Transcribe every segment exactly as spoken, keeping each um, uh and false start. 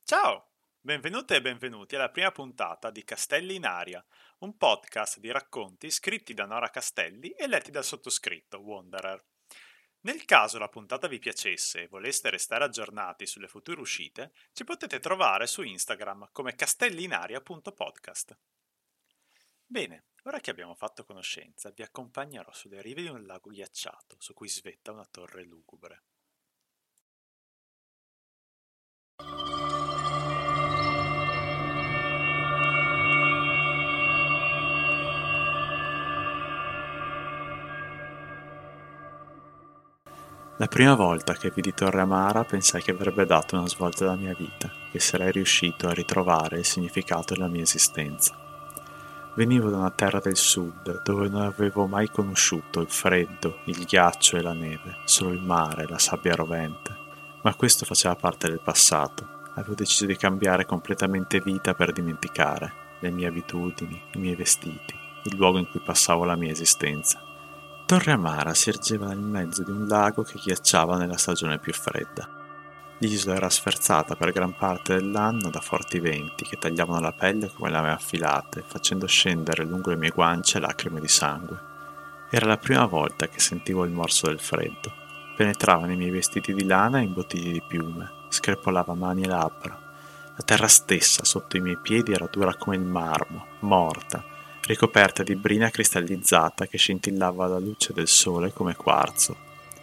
Ciao, benvenute e benvenuti alla prima puntata di Castelli in Aria, un podcast di racconti scritti da Nora Castelli e letti dal sottoscritto, Wanderer. Nel caso la puntata vi piacesse e voleste restare aggiornati sulle future uscite, ci potete trovare su Instagram come castellinaria punto podcast. Bene, ora che abbiamo fatto conoscenza, vi accompagnerò sulle rive di un lago ghiacciato su cui svetta una torre lugubre. La prima volta che vidi Torre Amara pensai che avrebbe dato una svolta alla mia vita, che sarei riuscito a ritrovare il significato della mia esistenza. Venivo da una terra del sud, dove non avevo mai conosciuto il freddo, il ghiaccio e la neve, solo il mare e la sabbia rovente. Ma questo faceva parte del passato. Avevo deciso di cambiare completamente vita per dimenticare le mie abitudini, i miei vestiti, il luogo in cui passavo la mia esistenza. Torre Amara si ergeva nel mezzo di un lago che ghiacciava nella stagione più fredda. L'isola era sferzata per gran parte dell'anno da forti venti che tagliavano la pelle come lame affilate, facendo scendere lungo le mie guance lacrime di sangue. Era la prima volta che sentivo il morso del freddo. Penetrava nei miei vestiti di lana e imbottigli di piume, screpolava mani e labbra. La terra stessa sotto i miei piedi era dura come il marmo, morta, ricoperta di brina cristallizzata che scintillava alla luce del sole come quarzo.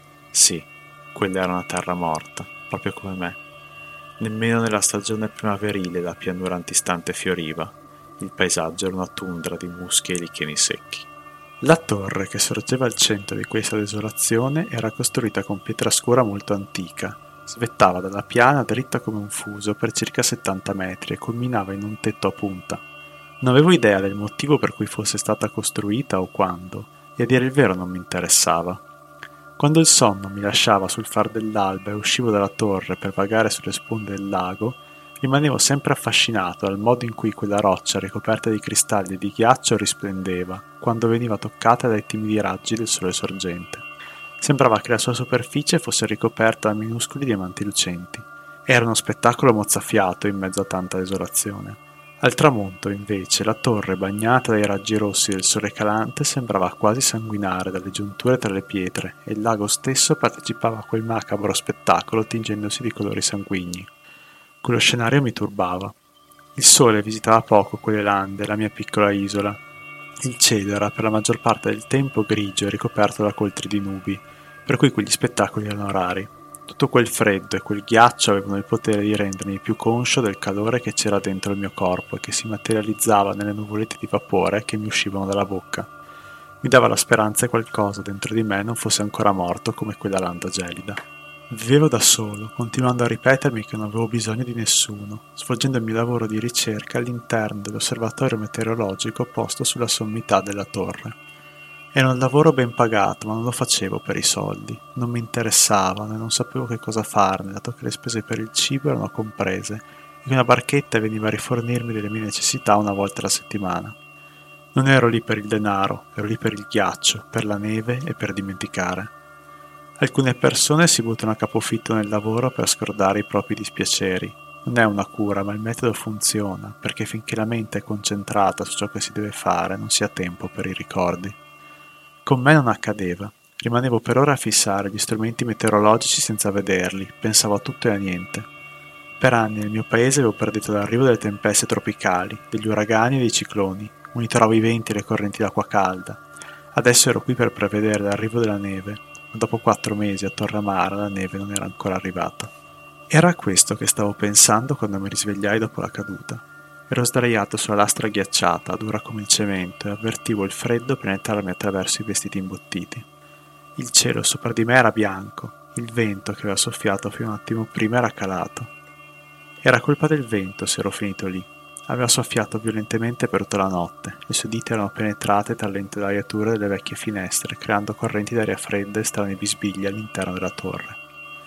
Sì, quella era una terra morta, proprio come me. Nemmeno nella stagione primaverile la pianura antistante fioriva. Il paesaggio era una tundra di muschi e licheni secchi. La torre che sorgeva al centro di questa desolazione era costruita con pietra scura molto antica. Svettava dalla piana dritta come un fuso per circa settanta metri e culminava in un tetto a punta. Non avevo idea del motivo per cui fosse stata costruita o quando, e a dire il vero non mi interessava. Quando il sonno mi lasciava sul far dell'alba e uscivo dalla torre per vagare sulle sponde del lago, rimanevo sempre affascinato dal modo in cui quella roccia ricoperta di cristalli e di ghiaccio risplendeva quando veniva toccata dai timidi raggi del sole sorgente. Sembrava che la sua superficie fosse ricoperta da minuscoli diamanti lucenti. Era uno spettacolo mozzafiato in mezzo a tanta desolazione. Al tramonto, invece, la torre bagnata dai raggi rossi del sole calante sembrava quasi sanguinare dalle giunture tra le pietre e il lago stesso partecipava a quel macabro spettacolo tingendosi di colori sanguigni. Quello scenario mi turbava. Il sole visitava poco quelle lande, la mia piccola isola. Il cielo era per la maggior parte del tempo grigio e ricoperto da coltri di nubi, per cui quegli spettacoli erano rari. Tutto quel freddo e quel ghiaccio avevano il potere di rendermi più conscio del calore che c'era dentro il mio corpo e che si materializzava nelle nuvolette di vapore che mi uscivano dalla bocca. Mi dava la speranza che qualcosa dentro di me non fosse ancora morto come quella landa gelida. Vivevo da solo, continuando a ripetermi che non avevo bisogno di nessuno, svolgendo il mio lavoro di ricerca all'interno dell'osservatorio meteorologico posto sulla sommità della torre. Era un lavoro ben pagato, ma non lo facevo per i soldi. Non mi interessavano e non sapevo che cosa farne, dato che le spese per il cibo erano comprese e che una barchetta veniva a rifornirmi delle mie necessità una volta alla settimana. Non ero lì per il denaro, ero lì per il ghiaccio, per la neve e per dimenticare. Alcune persone si buttano a capofitto nel lavoro per scordare i propri dispiaceri. Non è una cura, ma il metodo funziona, perché finché la mente è concentrata su ciò che si deve fare, non si ha tempo per i ricordi. Con me non accadeva. Rimanevo per ore a fissare gli strumenti meteorologici senza vederli, pensavo a tutto e a niente. Per anni nel mio paese avevo predetto l'arrivo delle tempeste tropicali, degli uragani e dei cicloni, monitoravo i venti e le correnti d'acqua calda. Adesso ero qui per prevedere l'arrivo della neve, ma dopo quattro mesi a Torre Amara la neve non era ancora arrivata. Era questo che stavo pensando quando mi risvegliai dopo la caduta. Ero sdraiato sulla lastra ghiacciata, dura come il cemento, e avvertivo il freddo penetrarmi attraverso i vestiti imbottiti. Il cielo sopra di me era bianco, il vento che aveva soffiato fino a un attimo prima era calato. Era colpa del vento se ero finito lì. Aveva soffiato violentemente per tutta la notte, le sue dita erano penetrate tra le intelaiature delle vecchie finestre, creando correnti d'aria fredda e strani bisbigli all'interno della torre.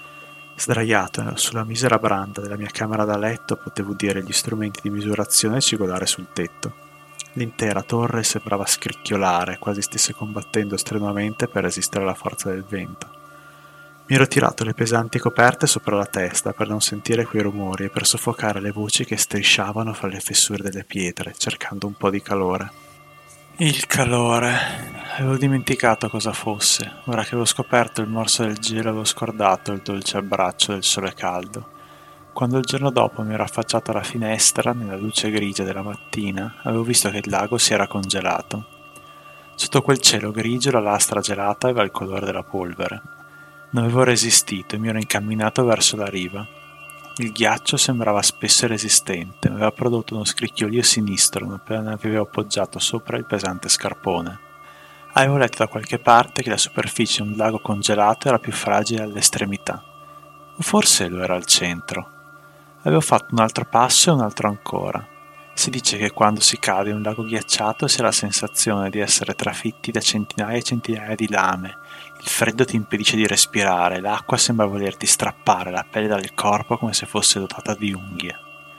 Sdraiato sulla misera branda della mia camera da letto potevo udire gli strumenti di misurazione cigolare sul tetto. L'intera torre sembrava scricchiolare, quasi stesse combattendo strenuamente per resistere alla forza del vento. Mi ero tirato le pesanti coperte sopra la testa per non sentire quei rumori e per soffocare le voci che strisciavano fra le fessure delle pietre, cercando un po' di calore. Il calore. Avevo dimenticato cosa fosse. Ora che avevo scoperto il morso del gelo, avevo scordato il dolce abbraccio del sole caldo. Quando il giorno dopo mi ero affacciato alla finestra, nella luce grigia della mattina, avevo visto che il lago si era congelato. Sotto quel cielo grigio la lastra gelata aveva il colore della polvere. Non avevo resistito e mi ero incamminato verso la riva. Il ghiaccio sembrava spesso e resistente, mi aveva prodotto uno scricchiolio sinistro non appena avevo appoggiato sopra il pesante scarpone. Avevo letto da qualche parte che la superficie di un lago congelato era più fragile all'estremità. O forse lo era al centro. Avevo fatto un altro passo e un altro ancora. Si dice che quando si cade in un lago ghiacciato si ha la sensazione di essere trafitti da centinaia e centinaia di lame. Il freddo ti impedisce di respirare, l'acqua sembra volerti strappare la pelle dal corpo come se fosse dotata di unghie.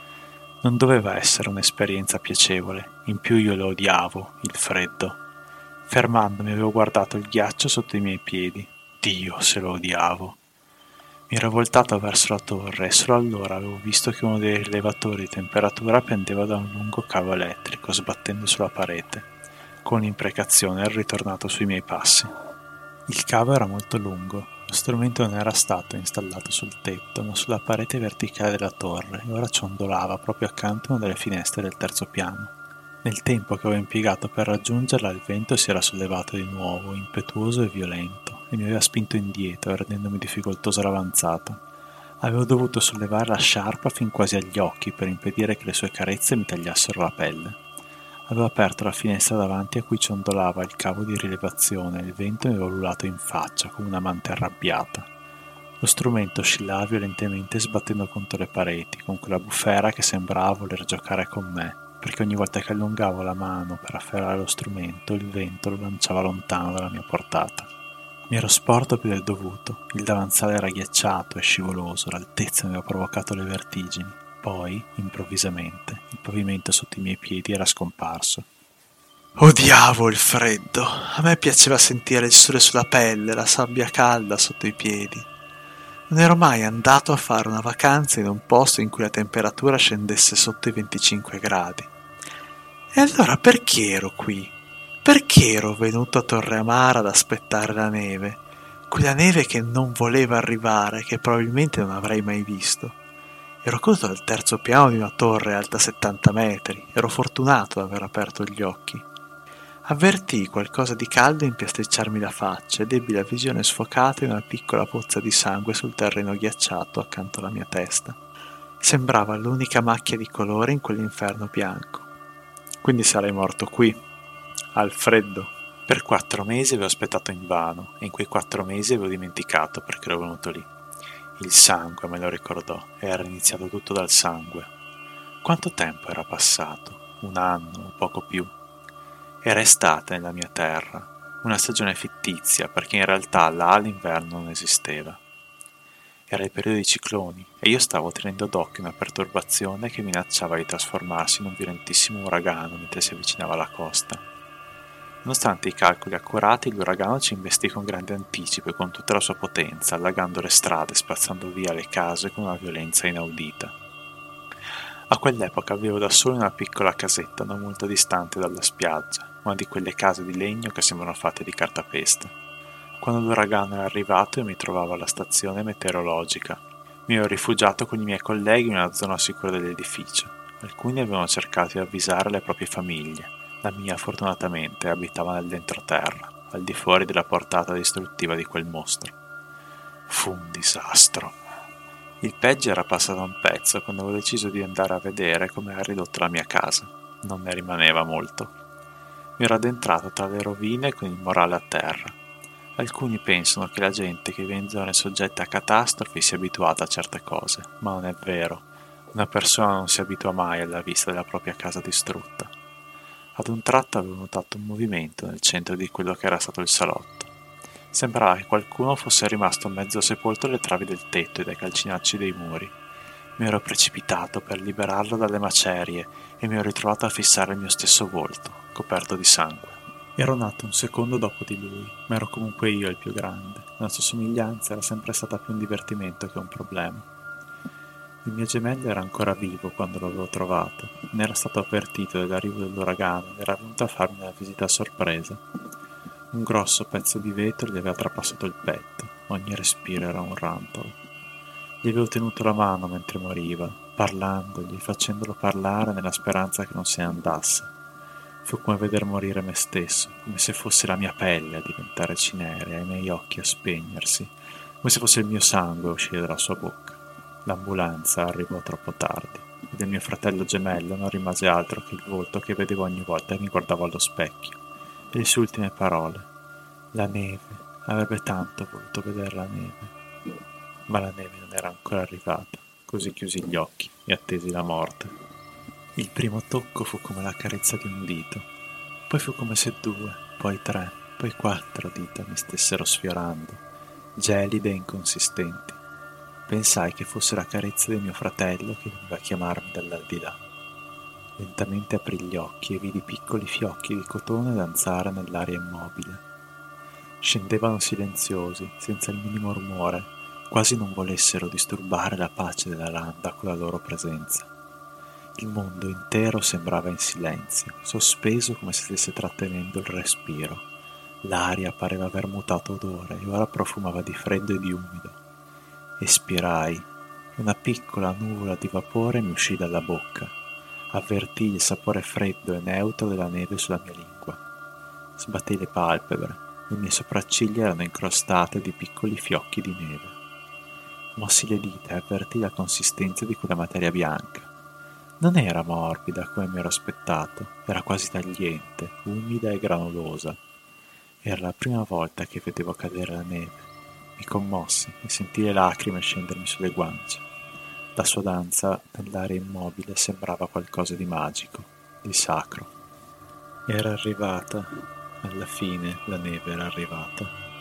Non doveva essere un'esperienza piacevole, in più io lo odiavo, il freddo. Fermandomi avevo guardato il ghiaccio sotto i miei piedi. Dio, se lo odiavo. Mi ero voltato verso la torre e solo allora avevo visto che uno dei rilevatori di temperatura pendeva da un lungo cavo elettrico sbattendo sulla parete. Con un'imprecazione ero ritornato sui miei passi. Il cavo era molto lungo, lo strumento non era stato installato sul tetto ma sulla parete verticale della torre e ora ciondolava proprio accanto a una delle finestre del terzo piano. Nel tempo che avevo impiegato per raggiungerla il vento si era sollevato di nuovo, impetuoso e violento, e mi aveva spinto indietro, rendendomi difficoltosa l'avanzata. Avevo dovuto sollevare la sciarpa fin quasi agli occhi per impedire che le sue carezze mi tagliassero la pelle. Avevo aperto la finestra davanti a cui ciondolava il cavo di rilevazione e il vento mi aveva ululato in faccia come una manta arrabbiata. Lo strumento oscillava violentemente sbattendo contro le pareti, con quella bufera che sembrava voler giocare con me, perché ogni volta che allungavo la mano per afferrare lo strumento, il vento lo lanciava lontano dalla mia portata. Mi ero sporto più del dovuto, il davanzale era ghiacciato e scivoloso, l'altezza mi aveva provocato le vertigini. Poi, improvvisamente, il pavimento sotto i miei piedi era scomparso. Odiavo il freddo. A me piaceva sentire il sole sulla pelle, la sabbia calda sotto i piedi. Non ero mai andato a fare una vacanza in un posto in cui la temperatura scendesse sotto i venticinque gradi. E allora perché ero qui? Perché ero venuto a Torreamara ad aspettare la neve? Quella neve che non voleva arrivare, che probabilmente non avrei mai visto. Ero caduto dal terzo piano di una torre alta settanta metri. Ero fortunato ad aver aperto gli occhi. Avvertii qualcosa di caldo impiastricciarmi la faccia ed ebbi la visione sfocata di una piccola pozza di sangue sul terreno ghiacciato accanto alla mia testa. Sembrava l'unica macchia di colore in quell'inferno bianco. Quindi sarei morto qui, al freddo. Per quattro mesi avevo aspettato invano e in quei quattro mesi avevo dimenticato perché ero venuto lì. Il sangue me lo ricordò, era iniziato tutto dal sangue. Quanto tempo era passato? Un anno, o poco più. Era estate nella mia terra, una stagione fittizia perché in realtà là l'inverno non esisteva. Era il periodo dei cicloni e io stavo tenendo d'occhio una perturbazione che minacciava di trasformarsi in un violentissimo uragano mentre si avvicinava alla costa. Nonostante i calcoli accurati, l'uragano ci investì con grande anticipo e con tutta la sua potenza, allagando le strade, spazzando via le case con una violenza inaudita. A quell'epoca vivevo da solo in una piccola casetta non molto distante dalla spiaggia, una di quelle case di legno che sembrano fatte di cartapesta. Quando l'uragano era arrivato io mi trovavo alla stazione meteorologica. Mi ero rifugiato con i miei colleghi in una zona sicura dell'edificio. Alcuni avevano cercato di avvisare le proprie famiglie. La mia, fortunatamente, abitava nell'entroterra, al di fuori della portata distruttiva di quel mostro. Fu un disastro. Il peggio era passato a un pezzo quando avevo deciso di andare a vedere come era ridotta la mia casa. Non ne rimaneva molto. Mi ero addentrato tra le rovine con il morale a terra. Alcuni pensano che la gente che vive in zone soggette a catastrofi sia abituata a certe cose, ma non è vero. Una persona non si abitua mai alla vista della propria casa distrutta. Ad un tratto avevo notato un movimento nel centro di quello che era stato il salotto. Sembrava che qualcuno fosse rimasto mezzo sepolto alle travi del tetto e dai calcinacci dei muri. Mi ero precipitato per liberarlo dalle macerie e mi ero ritrovato a fissare il mio stesso volto, coperto di sangue. Ero nato un secondo dopo di lui, ma ero comunque io il più grande. La sua somiglianza era sempre stata più un divertimento che un problema. Il mio gemello era ancora vivo quando l'avevo trovato. Ne era stato avvertito dell'arrivo dell'uragano ed era venuto a farmi una visita a sorpresa. Un grosso pezzo di vetro gli aveva trapassato il petto, ogni respiro era un rantolo. Gli avevo tenuto la mano mentre moriva, parlandogli, facendolo parlare nella speranza che non se ne andasse. Fu come veder morire me stesso, come se fosse la mia pelle a diventare cinerea e i miei occhi a spegnersi, come se fosse il mio sangue a uscire dalla sua bocca. L'ambulanza arrivò troppo tardi e del mio fratello gemello non rimase altro che il volto che vedevo ogni volta che mi guardavo allo specchio e le sue ultime parole. La neve, avrebbe tanto voluto vedere la neve. Ma la neve non era ancora arrivata, così chiusi gli occhi e attesi la morte. Il primo tocco fu come la carezza di un dito, poi fu come se due, poi tre, poi quattro dita mi stessero sfiorando, gelide e inconsistenti. Pensai che fosse la carezza di mio fratello che veniva a chiamarmi dall'aldilà. Lentamente aprì gli occhi e vidi piccoli fiocchi di cotone danzare nell'aria immobile. Scendevano silenziosi, senza il minimo rumore, quasi non volessero disturbare la pace della landa con la loro presenza. Il mondo intero sembrava in silenzio, sospeso come se stesse trattenendo il respiro. L'aria pareva aver mutato odore e ora profumava di freddo e di umido. Espirai e una piccola nuvola di vapore mi uscì dalla bocca. Avvertii il sapore freddo e neutro della neve sulla mia lingua. Sbattii le palpebre, le mie sopracciglia erano incrostate di piccoli fiocchi di neve. Mossi le dita e avvertii la consistenza di quella materia bianca. Non era morbida come mi ero aspettato, era quasi tagliente, umida e granulosa. Era la prima volta che vedevo cadere la neve. Mi commossi e sentii le lacrime scendermi sulle guance. La sua danza nell'aria immobile sembrava qualcosa di magico, di sacro. Era arrivata, alla fine la neve era arrivata.